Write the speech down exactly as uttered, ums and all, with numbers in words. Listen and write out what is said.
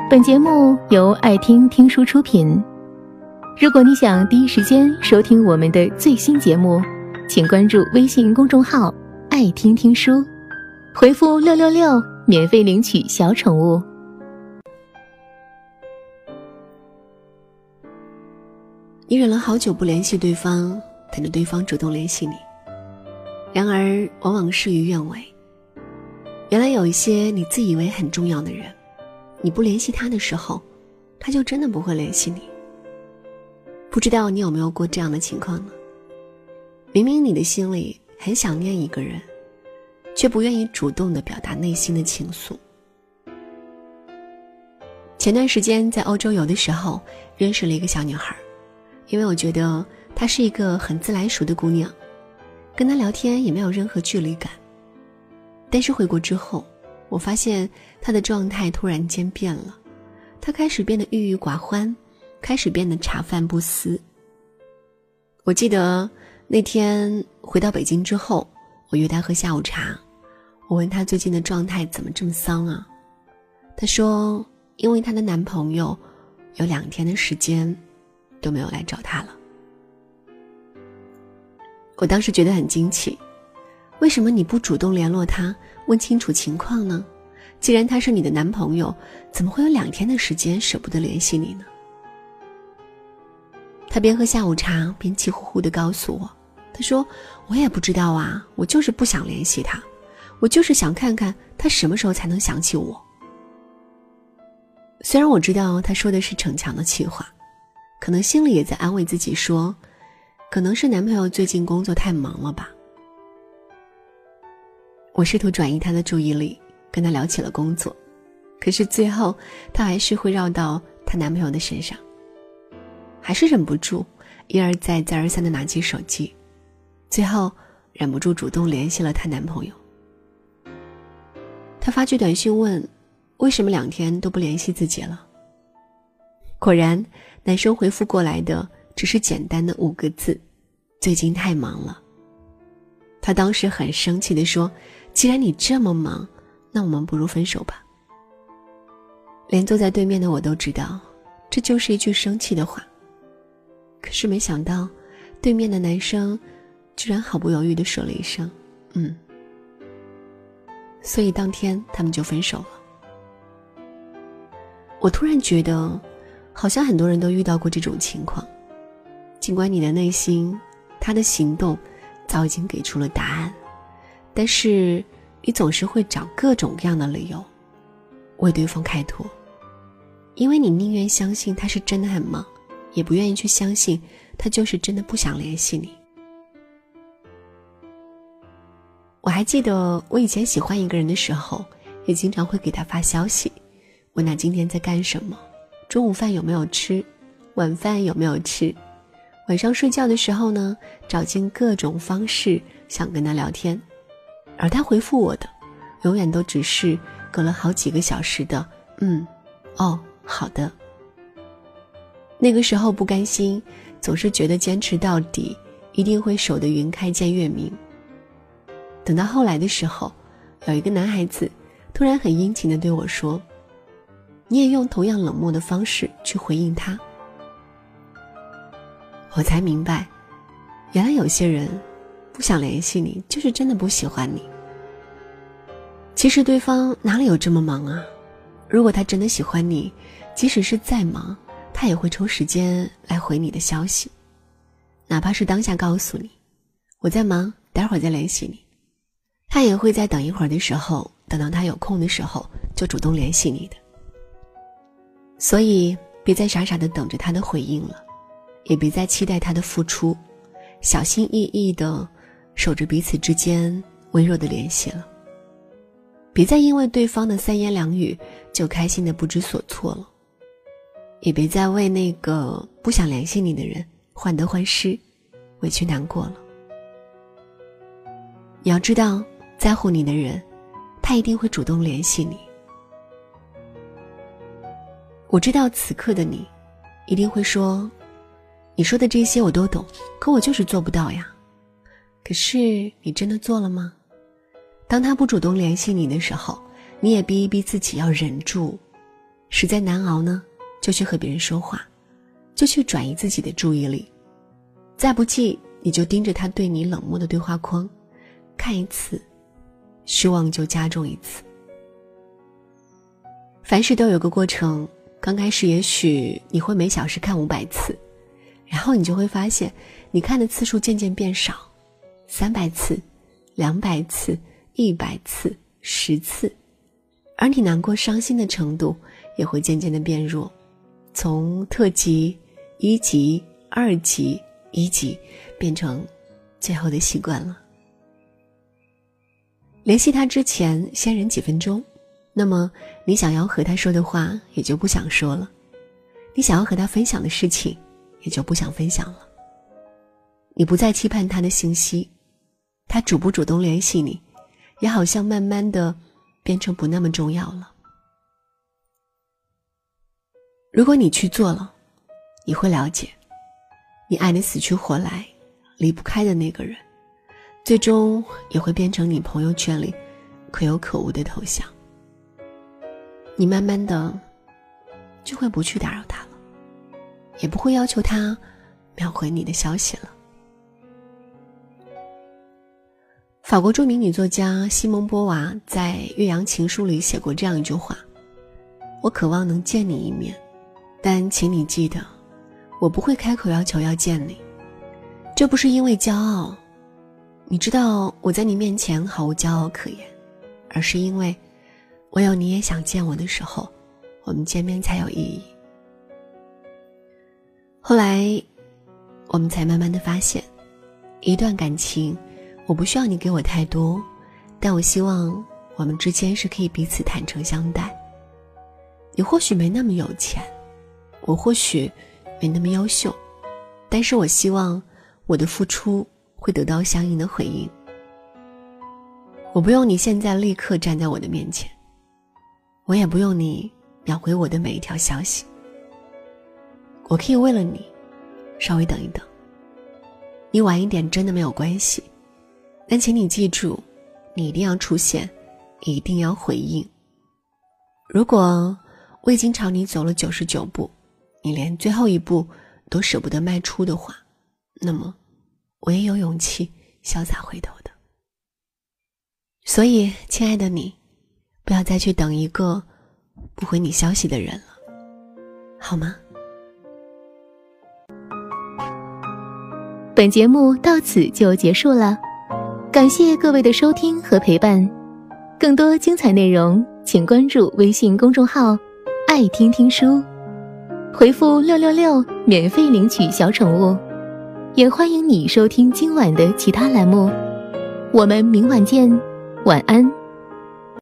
本节目由爱听听书出品。如果你想第一时间收听我们的最新节目，请关注微信公众号爱听听书，回复六六六免费领取小宠物。 你忍了好久不联系对方，等着对方主动联系你，然而往往事与愿违。原来有一些你自以为很重要的人，你不联系他的时候，他就真的不会联系你。不知道你有没有过这样的情况呢？明明你的心里很想念一个人，却不愿意主动地表达内心的情愫。前段时间在欧洲游的时候，认识了一个小女孩，因为我觉得她是一个很自来熟的姑娘，跟她聊天也没有任何距离感。但是回国之后，我发现她的状态突然间变了，她开始变得郁郁寡欢，开始变得茶饭不思。我记得那天回到北京之后，我约她喝下午茶，我问她最近的状态怎么这么丧啊？她说因为她的男朋友有两天的时间都没有来找她了。我当时觉得很惊奇，为什么你不主动联络他，问清楚情况呢？既然他是你的男朋友，怎么会有两天的时间舍不得联系你呢？他边喝下午茶边气呼呼地告诉我，他说我也不知道啊，我就是不想联系他，我就是想看看他什么时候才能想起我。虽然我知道他说的是逞强的气话，可能心里也在安慰自己说，可能是男朋友最近工作太忙了吧。我试图转移她的注意力，跟她聊起了工作，可是最后她还是会绕到她男朋友的身上，还是忍不住一而再再而三地拿起手机，最后忍不住主动联系了她男朋友。她发句短信问为什么两天都不联系自己了，果然男生回复过来的只是简单的五个字，最近太忙了。她当时很生气地说，既然你这么忙，那我们不如分手吧。连坐在对面的我都知道，这就是一句生气的话。可是没想到，对面的男生居然毫不犹豫地说了一声嗯。所以当天他们就分手了。我突然觉得，好像很多人都遇到过这种情况，尽管你的内心，他的行动早已经给出了答案，但是你总是会找各种各样的理由为对方开脱，因为你宁愿相信他是真的很忙，也不愿意去相信他就是真的不想联系你。我还记得我以前喜欢一个人的时候，也经常会给他发消息，问他今天在干什么，中午饭有没有吃，晚饭有没有吃，晚上睡觉的时候呢，找尽各种方式想跟他聊天，而他回复我的永远都只是隔了好几个小时的嗯，哦，好的。那个时候不甘心，总是觉得坚持到底一定会守得云开见月明。等到后来的时候，有一个男孩子突然很殷勤地对我说，你也用同样冷漠的方式去回应他。我才明白，原来有些人不想联系你，就是真的不喜欢你。其实对方哪里有这么忙啊？如果他真的喜欢你，即使是再忙，他也会抽时间来回你的消息，哪怕是当下告诉你我在忙，待会儿再联系你，他也会在等一会儿的时候，等到他有空的时候就主动联系你的。所以别再傻傻地等着他的回应了，也别再期待他的付出，小心翼翼地守着彼此之间微弱的联系了。别再因为对方的三言两语就开心的不知所措了，也别再为那个不想联系你的人患得患失，委屈难过了。你要知道，在乎你的人，他一定会主动联系你。我知道此刻的你一定会说，你说的这些我都懂，可我就是做不到呀。可是你真的做了吗？当他不主动联系你的时候，你也逼一逼自己要忍住， 实在难熬呢，就去和别人说话，就去转移自己的注意力。再不济，你就盯着他对你冷漠的对话框，看一次，失望就加重一次。凡事都有个过程，刚开始也许你会每小时看五百次，然后你就会发现，你看的次数渐渐变少，三百次、两百次、一百次、十次，而你难过伤心的程度也会渐渐的变弱，从特级、一级、二级、一级变成最后的习惯了。联系他之前先忍几分钟，那么你想要和他说的话也就不想说了，你想要和他分享的事情也就不想分享了。你不再期盼他的信息，他主不主动联系你也好像慢慢的变成不那么重要了。如果你去做了，你会了解，你爱得死去活来离不开的那个人，最终也会变成你朋友圈里可有可无的头像。你慢慢的就会不去打扰他了，也不会要求他秒回你的消息了。法国著名女作家西蒙波娃在《岳阳情书》里写过这样一句话：我渴望能见你一面，但请你记得，我不会开口要求要见你，这不是因为骄傲，你知道我在你面前毫无骄傲可言，而是因为唯有你也想见我的时候，我们见面才有意义。后来我们才慢慢的发现，一段感情我不需要你给我太多，但我希望我们之间是可以彼此坦诚相待。你或许没那么有钱，我或许没那么优秀，但是我希望我的付出会得到相应的回应。我不用你现在立刻站在我的面前，我也不用你秒回我的每一条消息，我可以为了你稍微等一等，你晚一点真的没有关系，但请你记住，你一定要出现，一定要回应。如果我已经朝你走了九十九步，你连最后一步都舍不得迈出的话，那么我也有勇气潇洒回头的。所以亲爱的你，不要再去等一个不回你消息的人了，好吗？ 本节目到此就结束了，感谢各位的收听和陪伴。更多精彩内容请关注微信公众号爱听听书，回复六六六免费领取小宠物。也欢迎你收听今晚的其他栏目，我们明晚见，晚安。